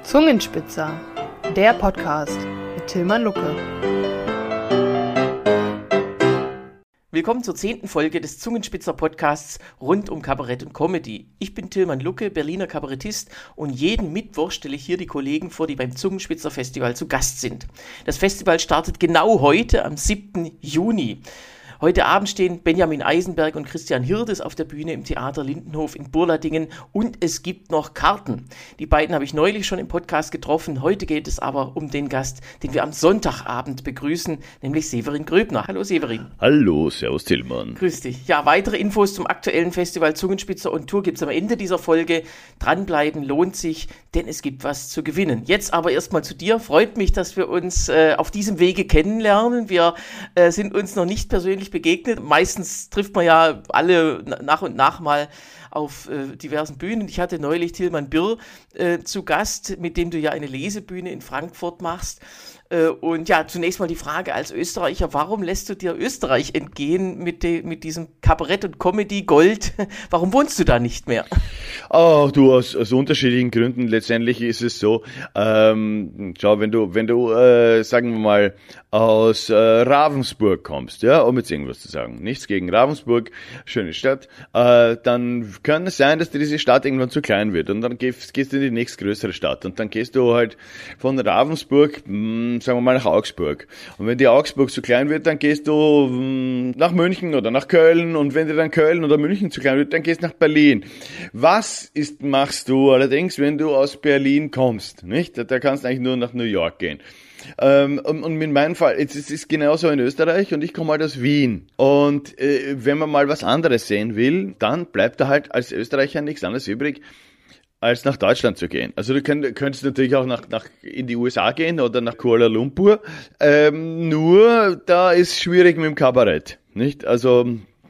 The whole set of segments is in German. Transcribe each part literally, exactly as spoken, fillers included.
Zungenspitzer, der Podcast mit Tilman Lucke. Willkommen zur zehnten Folge des Zungenspitzer-Podcasts rund um Kabarett und Comedy. Ich bin Tilman Lucke, Berliner Kabarettist, und jeden Mittwoch stelle ich hier die Kollegen vor, die beim Zungenspitzer-Festival zu Gast sind. Das Festival startet genau heute, am siebten Juni. Heute Abend stehen Benjamin Eisenberg und Christian Hirdes auf der Bühne im Theater Lindenhof in Burladingen und es gibt noch Karten. Die beiden habe ich neulich schon im Podcast getroffen. Heute geht es aber um den Gast, den wir am Sonntagabend begrüßen, nämlich Severin Gröbner. Hallo Severin. Hallo, servus Tilman. Grüß dich. Ja, weitere Infos zum aktuellen Festival Zungenspitzer und Tour gibt es am Ende dieser Folge. Dranbleiben lohnt sich, denn es gibt was zu gewinnen. Jetzt aber erstmal zu dir. Freut mich, dass wir uns äh, auf diesem Wege kennenlernen. Wir äh, sind uns noch nicht persönlich begegnet. Meistens trifft man ja alle nach und nach mal auf äh, diversen Bühnen. Ich hatte neulich Tilman Birr äh, zu Gast, mit dem du ja eine Lesebühne in Frankfurt machst. Äh, und ja, zunächst mal die Frage als Österreicher, warum lässt du dir Österreich entgehen mit, de, mit diesem Kabarett und Comedy Gold? Warum wohnst du da nicht mehr? Oh, du, aus, aus unterschiedlichen Gründen. Letztendlich ist es so, ähm, schau, wenn du, wenn du, äh, sagen wir mal, aus äh, Ravensburg kommst, ja, um jetzt irgendwas zu sagen, nichts gegen Ravensburg, schöne Stadt, äh, dann kann es sein, dass dir diese Stadt irgendwann zu klein wird und dann gehst, gehst du in die nächstgrößere Stadt und dann gehst du halt von Ravensburg, mh, sagen wir mal, nach Augsburg. Und wenn die Augsburg zu klein wird, dann gehst du mh, nach München oder nach Köln, und wenn dir dann Köln oder München zu klein wird, dann gehst du nach Berlin. Was ist, machst du allerdings, wenn du aus Berlin kommst, nicht? Da, da kannst du eigentlich nur nach New York gehen. Ähm, und, und in meinem Fall, es ist genauso in Österreich und ich komme halt aus Wien. Und äh, wenn man mal was anderes sehen will, dann bleibt da halt als Österreicher nichts anderes übrig, als nach Deutschland zu gehen. Also du könnt, könntest natürlich auch nach, nach in die U S A gehen oder nach Kuala Lumpur. Ähm, nur da ist schwierig mit dem Kabarett, nicht? Also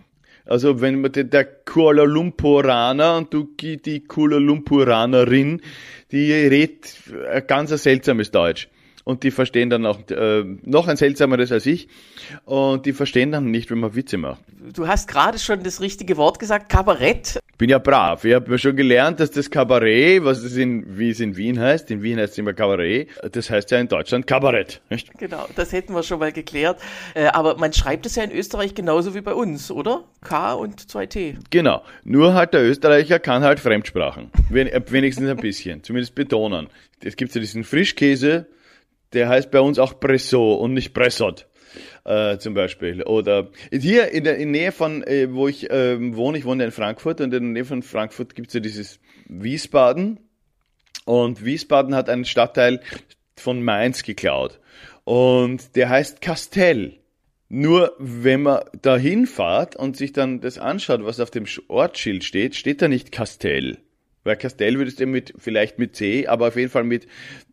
Also wenn man der Kuala Lumpuraner und du die Kuala Lumpuranerin, die redet ein ganz seltsames Deutsch. Und die verstehen dann auch äh, noch ein seltsameres als ich. Und die verstehen dann nicht, wenn man Witze macht. Du hast gerade schon das richtige Wort gesagt, Kabarett. Ich bin ja brav. Ich habe ja schon gelernt, dass das Kabarett, was es in, wie es in Wien heißt, in Wien heißt es immer Kabarett, das heißt ja in Deutschland Kabarett. Nicht? Genau, das hätten wir schon mal geklärt. Äh, aber man schreibt es ja in Österreich genauso wie bei uns, oder? K und zwei T. Genau. Nur halt der Österreicher kann halt Fremdsprachen. Wenigstens ein bisschen. Zumindest betonen. Es gibt ja diesen Frischkäse, der heißt bei uns auch Bressot und nicht Bressot, äh, zum Beispiel. Oder hier in der in Nähe von, äh, wo ich äh, wohne, ich wohne in Frankfurt, und in der Nähe von Frankfurt gibt's ja dieses Wiesbaden. Und Wiesbaden hat einen Stadtteil von Mainz geklaut. Und der heißt Kastell. Nur wenn man da hinfährt und sich dann das anschaut, was auf dem Ortsschild steht, steht da nicht Kastell. Weil Kastell würdest du mit, vielleicht mit C, aber auf jeden Fall mit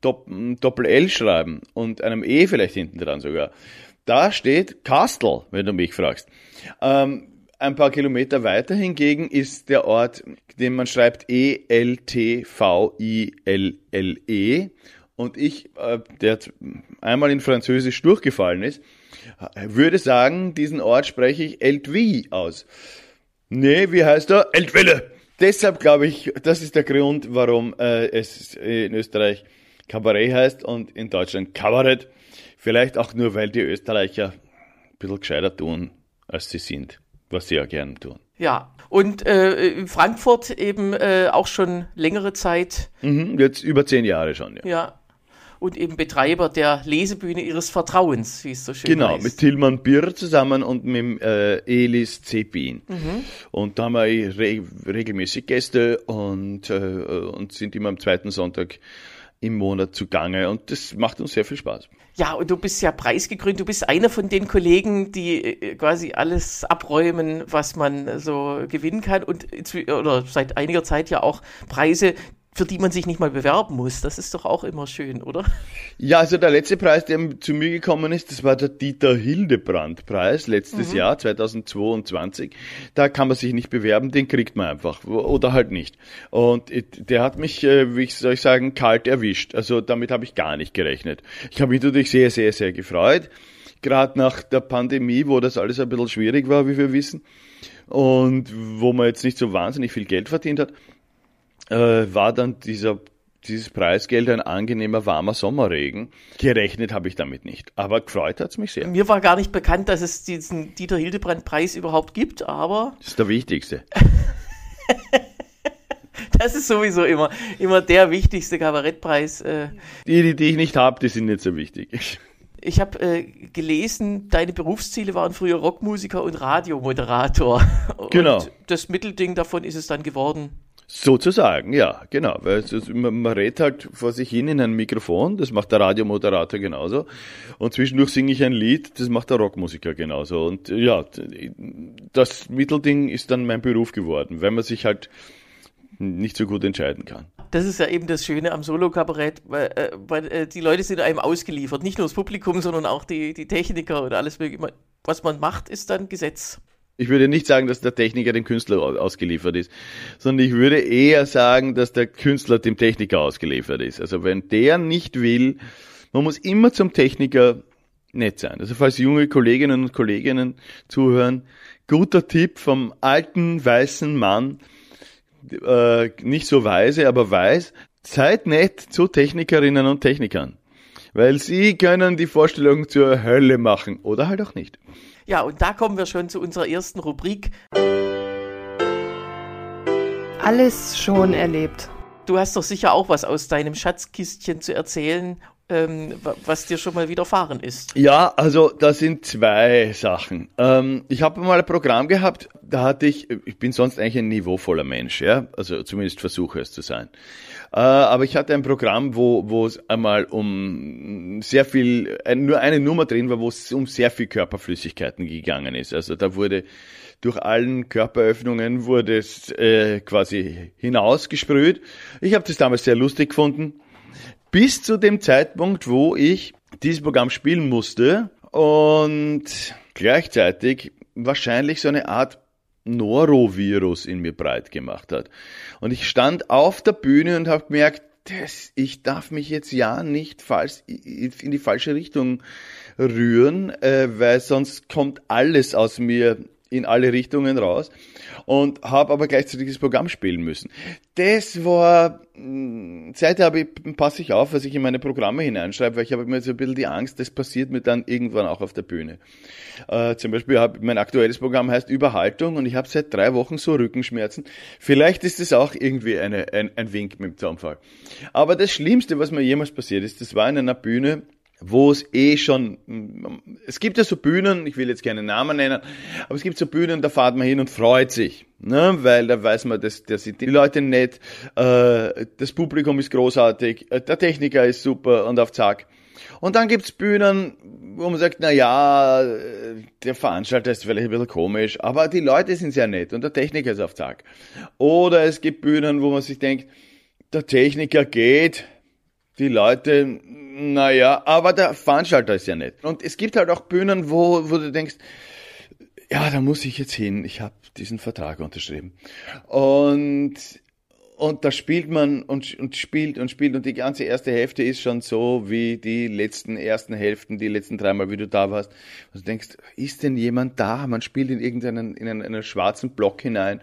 Doppel-L schreiben und einem E vielleicht hinten dran sogar. Da steht Kastel, wenn du mich fragst. Ähm, ein paar Kilometer weiter hingegen ist der Ort, den man schreibt E L T V I L L E. Und ich, äh, der einmal in Französisch durchgefallen ist, würde sagen, diesen Ort spreche ich Eltville aus. Nee, wie heißt er? Eltville! Deshalb glaube ich, das ist der Grund, warum äh, es in Österreich Kabarett heißt und in Deutschland Kabarett. Vielleicht auch nur, weil die Österreicher ein bisschen gescheiter tun, als sie sind, was sie ja gerne tun. Ja, und äh, in Frankfurt eben äh, auch schon längere Zeit. Mhm, jetzt über zehn Jahre schon, ja. Ja. Und eben Betreiber der Lesebühne ihres Vertrauens, wie es so schön genau, heißt. Genau, mit Tilman Birr zusammen und mit äh, Elis Zepin. Mhm. Und da haben wir re- regelmäßig Gäste und, äh, und sind immer am zweiten Sonntag im Monat zugange. Und das macht uns sehr viel Spaß. Ja, und du bist ja preisgekrönt. Du bist einer von den Kollegen, die äh, quasi alles abräumen, was man so gewinnen kann. Und oder seit einiger Zeit ja auch Preise, für die man sich nicht mal bewerben muss. Das ist doch auch immer schön, oder? Ja, also der letzte Preis, der zu mir gekommen ist, das war der Dieter Hildebrand-Preis letztes mhm. Jahr, zweitausendzweiundzwanzig. Da kann man sich nicht bewerben, den kriegt man einfach oder halt nicht. Und der hat mich, wie soll ich sagen, kalt erwischt. Also damit habe ich gar nicht gerechnet. Ich habe mich natürlich sehr, sehr, sehr gefreut. Gerade nach der Pandemie, wo das alles ein bisschen schwierig war, wie wir wissen. Und wo man jetzt nicht so wahnsinnig viel Geld verdient hat. Äh, war dann dieser dieses Preisgeld ein angenehmer, warmer Sommerregen. Gerechnet habe ich damit nicht, aber gefreut hat's mich sehr. Mir war gar nicht bekannt, dass es diesen Dieter-Hildebrand-Preis überhaupt gibt, aber... Das ist der wichtigste. Das ist sowieso immer, immer der wichtigste Kabarettpreis. Äh. Die, die, die ich nicht habe, die sind nicht so wichtig. Ich habe äh, gelesen, deine Berufsziele waren früher Rockmusiker und Radiomoderator. Genau. Und das Mittelding davon ist es dann geworden. Sozusagen, ja, genau. Weil es, man, man redet halt vor sich hin in ein Mikrofon, das macht der Radiomoderator genauso. Und zwischendurch singe ich ein Lied, das macht der Rockmusiker genauso. Und ja, das Mittelding ist dann mein Beruf geworden, weil man sich halt nicht so gut entscheiden kann. Das ist ja eben das Schöne am Solo-Kabarett, weil, äh, weil äh, die Leute sind einem ausgeliefert. Nicht nur das Publikum, sondern auch die, die Techniker und alles mögliche. Was man macht, ist dann Gesetz. Ich würde nicht sagen, dass der Techniker dem Künstler ausgeliefert ist, sondern ich würde eher sagen, dass der Künstler dem Techniker ausgeliefert ist. Also wenn der nicht will, man muss immer zum Techniker nett sein. Also falls junge Kolleginnen und Kollegen zuhören, guter Tipp vom alten weißen Mann, äh, nicht so weise, aber weiß, seid nett zu Technikerinnen und Technikern, weil sie können die Vorstellung zur Hölle machen oder halt auch nicht. Ja, und da kommen wir schon zu unserer ersten Rubrik. Alles schon erlebt. Du hast doch sicher auch was aus deinem Schatzkistchen zu erzählen, ähm, was dir schon mal widerfahren ist. Ja, also das sind zwei Sachen. Ähm, ich habe mal ein Programm gehabt, da hatte ich, ich bin sonst eigentlich ein niveauvoller Mensch, ja, also zumindest versuche es zu sein. Äh, aber ich hatte ein Programm, wo wo es einmal um sehr viel, nur eine Nummer drin war, wo es um sehr viel Körperflüssigkeiten gegangen ist. Also da wurde durch allen Körperöffnungen wurde es äh, quasi hinausgesprüht. Ich habe das damals sehr lustig gefunden, bis zu dem Zeitpunkt, wo ich dieses Programm spielen musste und gleichzeitig wahrscheinlich so eine Art Norovirus in mir breit gemacht hat. Und ich stand auf der Bühne und habe gemerkt, das, ich darf mich jetzt ja nicht falsch in die falsche Richtung rühren, äh, weil sonst kommt alles aus mir in alle Richtungen raus, und habe aber gleichzeitig das Programm spielen müssen. Das war, seither habe ich, passe ich auf, was ich in meine Programme hineinschreibe, weil ich habe immer so ein bisschen die Angst, das passiert mir dann irgendwann auch auf der Bühne. Äh, zum Beispiel habe mein aktuelles Programm heißt Überhaltung und ich habe seit drei Wochen so Rückenschmerzen. Vielleicht ist das auch irgendwie eine, ein, ein Wink mit dem Zaunfall. Aber das Schlimmste, was mir jemals passiert ist, das war in einer Bühne, wo es eh schon, es gibt ja so Bühnen, ich will jetzt keine Namen nennen, aber es gibt so Bühnen, da fährt man hin und freut sich, ne, weil da weiß man, dass, dass sind die Leute nett, äh, das Publikum ist großartig, äh, der Techniker ist super und auf Zack. Und dann gibt's Bühnen, wo man sagt, na ja, der Veranstalter ist vielleicht ein bisschen komisch, aber die Leute sind sehr nett und der Techniker ist auf Zack. Oder es gibt Bühnen, wo man sich denkt, der Techniker geht, die Leute, naja, aber der Veranstalter ist ja nett. Und es gibt halt auch Bühnen, wo, wo du denkst, ja, da muss ich jetzt hin, ich habe diesen Vertrag unterschrieben. Und, und da spielt man und, und spielt und spielt und die ganze erste Hälfte ist schon so wie die letzten ersten Hälften, die letzten dreimal, wie du da warst. Und du denkst, ist denn jemand da? Man spielt in irgendeinen, in einen, einen schwarzen Block hinein.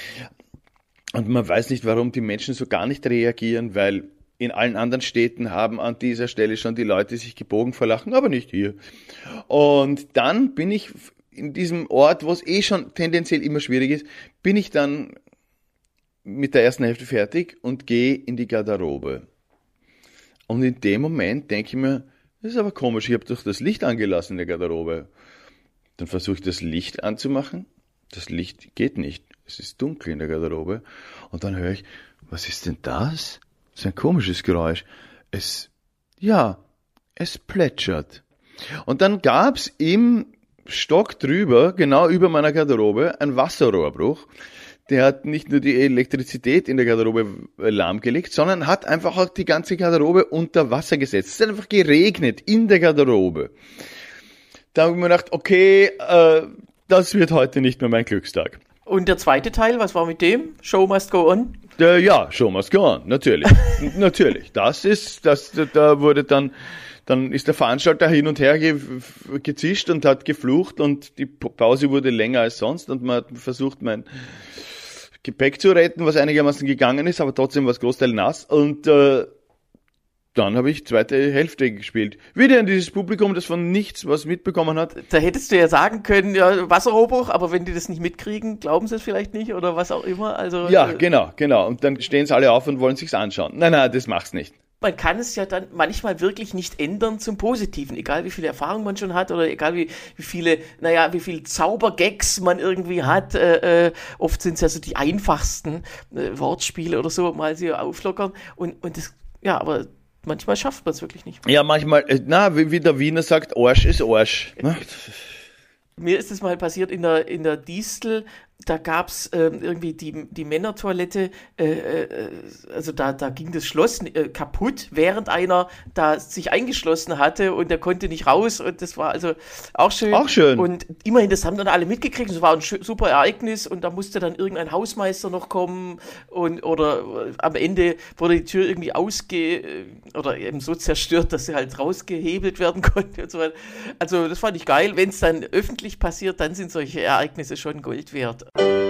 Und man weiß nicht, warum die Menschen so gar nicht reagieren, weil in allen anderen Städten haben an dieser Stelle schon die Leute sich gebogen vor Lachen, aber nicht hier. Und dann bin ich in diesem Ort, wo es eh schon tendenziell immer schwierig ist, bin ich dann mit der ersten Hälfte fertig und gehe in die Garderobe. Und in dem Moment denke ich mir, das ist aber komisch, ich habe doch das Licht angelassen in der Garderobe. Dann versuche ich das Licht anzumachen. Das Licht geht nicht. Es ist dunkel in der Garderobe. Und dann höre ich, was ist denn das? Das ist ein komisches Geräusch. Es, ja, es plätschert. Und dann gab's im Stock drüber, genau über meiner Garderobe, einen Wasserrohrbruch. Der hat nicht nur die Elektrizität in der Garderobe lahmgelegt, sondern hat einfach auch die ganze Garderobe unter Wasser gesetzt. Es ist einfach geregnet in der Garderobe. Da habe ich mir gedacht, okay, äh, das wird heute nicht mehr mein Glückstag. Und der zweite Teil, was war mit dem? Show must go on? Der, ja, Show must go on, natürlich. Natürlich. Das ist, das, da wurde dann, dann ist der Veranstalter hin und her ge, gezischt und hat geflucht und die Pause wurde länger als sonst und man hat versucht, mein Gepäck zu retten, was einigermaßen gegangen ist, aber trotzdem war es Großteil nass und, äh, dann habe ich zweite Hälfte gespielt. Wieder in dieses Publikum, das von nichts was mitbekommen hat. Da hättest du ja sagen können, ja, Wasserrohrbruch, aber wenn die das nicht mitkriegen, glauben sie es vielleicht nicht oder was auch immer. Also, Ja, äh, genau, genau. Und dann stehen sie alle auf und wollen sich's anschauen. Nein, nein, das mach's nicht. man kann es ja dann manchmal wirklich nicht ändern zum Positiven, egal wie viel Erfahrung man schon hat oder egal wie, wie viele, naja, wie viele Zaubergags man irgendwie hat. Äh, äh, oft sind es ja so die einfachsten äh, Wortspiele oder so, mal sie auflockern. Und, und das, ja, aber manchmal schafft man es wirklich nicht. Ja, manchmal, äh, na, wie, wie der Wiener sagt, Arsch ist Arsch. Ne? Mir ist es mal passiert in der, in der Distel, da gab es äh, irgendwie die, die Männertoilette, äh, äh, also da, da ging das Schloss äh, kaputt, während einer da sich eingeschlossen hatte und der konnte nicht raus und das war also auch schön. Auch schön. Und immerhin, das haben dann alle mitgekriegt, es war ein schö- super Ereignis und da musste dann irgendein Hausmeister noch kommen und oder äh, am Ende wurde die Tür irgendwie ausge... Äh, oder eben so zerstört, dass sie halt rausgehebelt werden konnte und so weiter. Also das fand ich geil. Wenn es dann öffentlich passiert, dann sind solche Ereignisse schon Gold wert.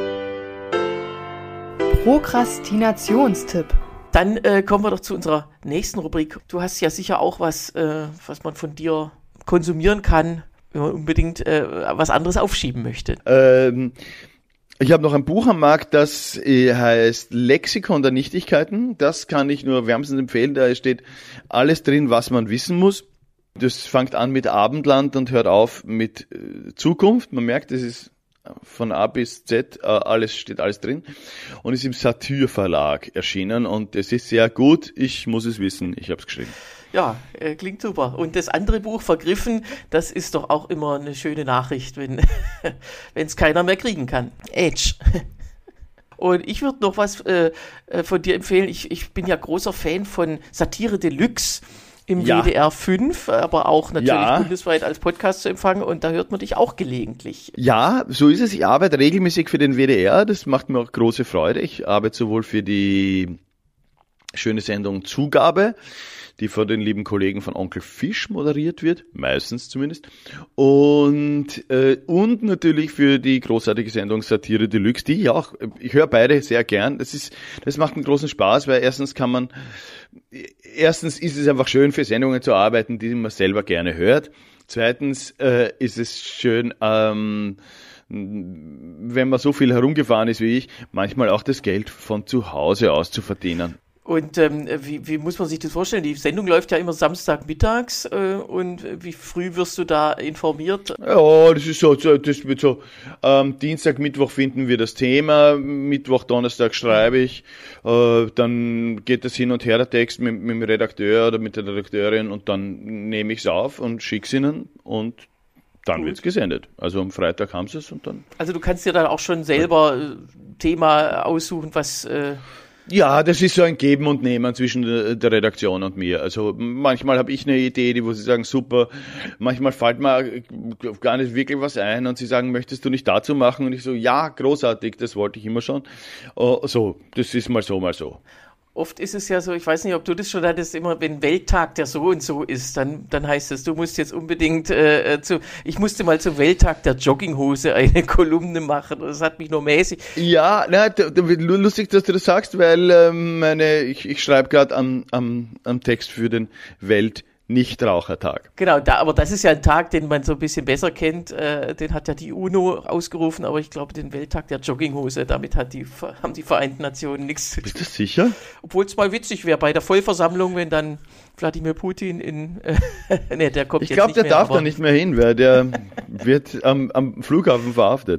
Prokrastinationstipp. Dann äh, kommen wir doch zu unserer nächsten Rubrik. Du hast ja sicher auch was, äh, was man von dir konsumieren kann, wenn man unbedingt äh, was anderes aufschieben möchte. Ähm, ich habe noch ein Buch am Markt, das äh, heißt Lexikon der Nichtigkeiten. Das kann ich nur wärmstens empfehlen. Da steht alles drin, was man wissen muss. Das fängt an mit Abendland und hört auf mit äh, Zukunft. Man merkt, es ist von A bis Z, äh, alles steht alles drin und ist im Satyr Verlag erschienen und es ist sehr gut. Ich muss es wissen, ich habe es geschrieben. Ja, äh, klingt super. Und das andere Buch, Vergriffen, das ist doch auch immer eine schöne Nachricht, wenn wenn es keiner mehr kriegen kann. Edge. Und ich würde noch was äh, von dir empfehlen. Ich, ich bin ja großer Fan von Satire Deluxe im Ja. W D R fünf, aber auch natürlich Ja. bundesweit als Podcast zu empfangen. Und da hört man dich auch gelegentlich. Ja, so ist es. Ich arbeite regelmäßig für den W D R. Das macht mir auch große Freude. Ich arbeite sowohl für die schöne Sendung Zugabe, die von den lieben Kollegen von Onkel Fisch moderiert wird, meistens zumindest, und äh, und natürlich für die großartige Sendung Satire Deluxe, die ich auch, ich höre beide sehr gern. Das ist, das macht einen großen Spaß, weil erstens kann man, erstens ist es einfach schön für Sendungen zu arbeiten, die man selber gerne hört. Zweitens äh, ist es schön, ähm, wenn man so viel herumgefahren ist wie ich, manchmal auch das Geld von zu Hause aus zu verdienen. Und ähm, wie, wie muss man sich das vorstellen? Die Sendung läuft ja immer Samstagmittags äh, und wie früh wirst du da informiert? Ja, das ist so, so das wird so, ähm, Dienstag, Mittwoch finden wir das Thema, Mittwoch, Donnerstag schreibe ich, äh, dann geht das hin und her, der Text mit, mit dem Redakteur oder mit der Redakteurin und dann nehme ich es auf und schicke es ihnen und dann Gut. wird's gesendet. Also am Freitag haben sie es und dann... Also du kannst dir dann auch schon selber äh, Thema aussuchen, was... Äh, Ja, das ist so ein Geben und Nehmen zwischen der, der Redaktion und mir. Also manchmal habe ich eine Idee, die wo sie sagen, super, manchmal fällt mir gar nicht wirklich was ein und sie sagen, möchtest du nicht dazu machen? Und ich so, ja, großartig, das wollte ich immer schon. Uh, so, das ist mal so, mal so. Oft ist es ja so, ich weiß nicht, ob du das schon hattest, immer wenn Welttag der so und so ist, dann, dann heißt es, du musst jetzt unbedingt äh, zu, ich musste mal zum Welttag der Jogginghose eine Kolumne machen, das hat mich nur mäßig. Ja, na, d- d- lustig, dass du das sagst, weil ähm, meine, ich, ich schreibe gerade am, am, am Text für den Welt Nichtrauchertag. Genau, da, aber das ist ja ein Tag, den man so ein bisschen besser kennt, äh, den hat ja die UNO ausgerufen, aber ich glaube, den Welttag der Jogginghose, damit hat die, haben die Vereinten Nationen nichts zu tun. Bist du sicher? Obwohl es mal witzig wäre, bei der Vollversammlung, wenn dann Wladimir Putin in, äh, ne, der kommt Ich jetzt glaube, nicht der mehr, darf aber- da nicht mehr hin, weil der wird am, am Flughafen verhaftet.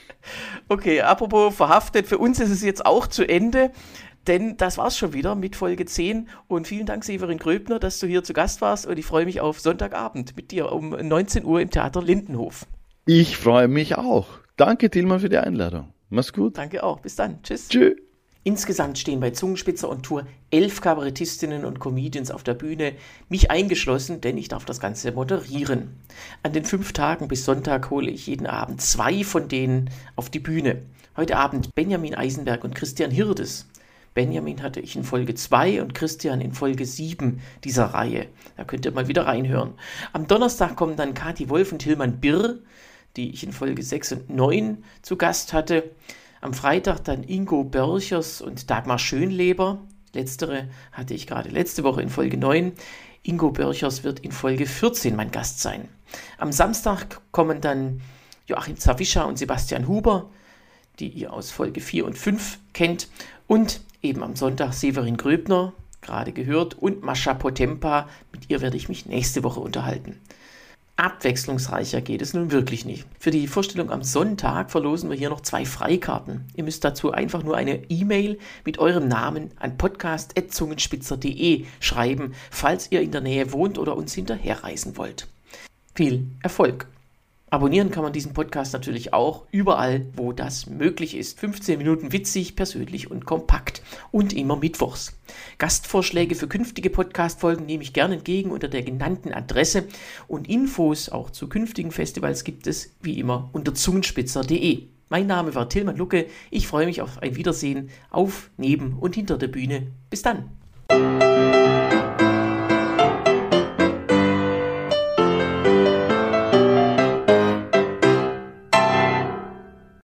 Okay, apropos verhaftet, für uns ist es jetzt auch zu Ende, denn das war's schon wieder mit Folge zehn und vielen Dank, Severin Gröbner, dass du hier zu Gast warst und ich freue mich auf Sonntagabend mit dir um neunzehn Uhr im Theater Lindenhof. Ich freue mich auch. Danke, Tilman, für die Einladung. Mach's gut. Danke auch, bis dann, tschüss. Tschüss. Insgesamt stehen bei Zungenspitzer on Tour elf Kabarettistinnen und Comedians auf der Bühne, mich eingeschlossen, denn ich darf das Ganze moderieren. An den fünf Tagen bis Sonntag hole ich jeden Abend zwei von denen auf die Bühne. Heute Abend Benjamin Eisenberg und Christian Hirdes. Benjamin hatte ich in Folge zwei und Christian in Folge sieben dieser Reihe. Da könnt ihr mal wieder reinhören. Am Donnerstag kommen dann Kathi Wolf und Hilman Birr, die ich in Folge sechs und neun zu Gast hatte. Am Freitag dann Ingo Börchers und Dagmar Schönleber, Letztere hatte ich gerade letzte Woche in Folge neun. Ingo Börchers wird in Folge vierzehn mein Gast sein. Am Samstag kommen dann Joachim Zawischer und Sebastian Huber, die ihr aus Folge vier und fünf kennt. Und eben am Sonntag Severin Gröbner, gerade gehört, und Mascha Potempa. Mit ihr werde ich mich nächste Woche unterhalten. Abwechslungsreicher geht es nun wirklich nicht. Für die Vorstellung am Sonntag verlosen wir hier noch zwei Freikarten. Ihr müsst dazu einfach nur eine E-Mail mit eurem Namen an podcast at zungenspitzer punkt de schreiben, falls ihr in der Nähe wohnt oder uns hinterherreisen wollt. Viel Erfolg! Abonnieren kann man diesen Podcast natürlich auch überall, wo das möglich ist. fünfzehn Minuten witzig, persönlich und kompakt. Und immer mittwochs. Gastvorschläge für künftige Podcast-Folgen nehme ich gerne entgegen unter der genannten Adresse. Und Infos auch zu künftigen Festivals gibt es, wie immer, unter zungenspitzer punkt de. Mein Name war Tilman Lucke. Ich freue mich auf ein Wiedersehen auf, neben und hinter der Bühne. Bis dann!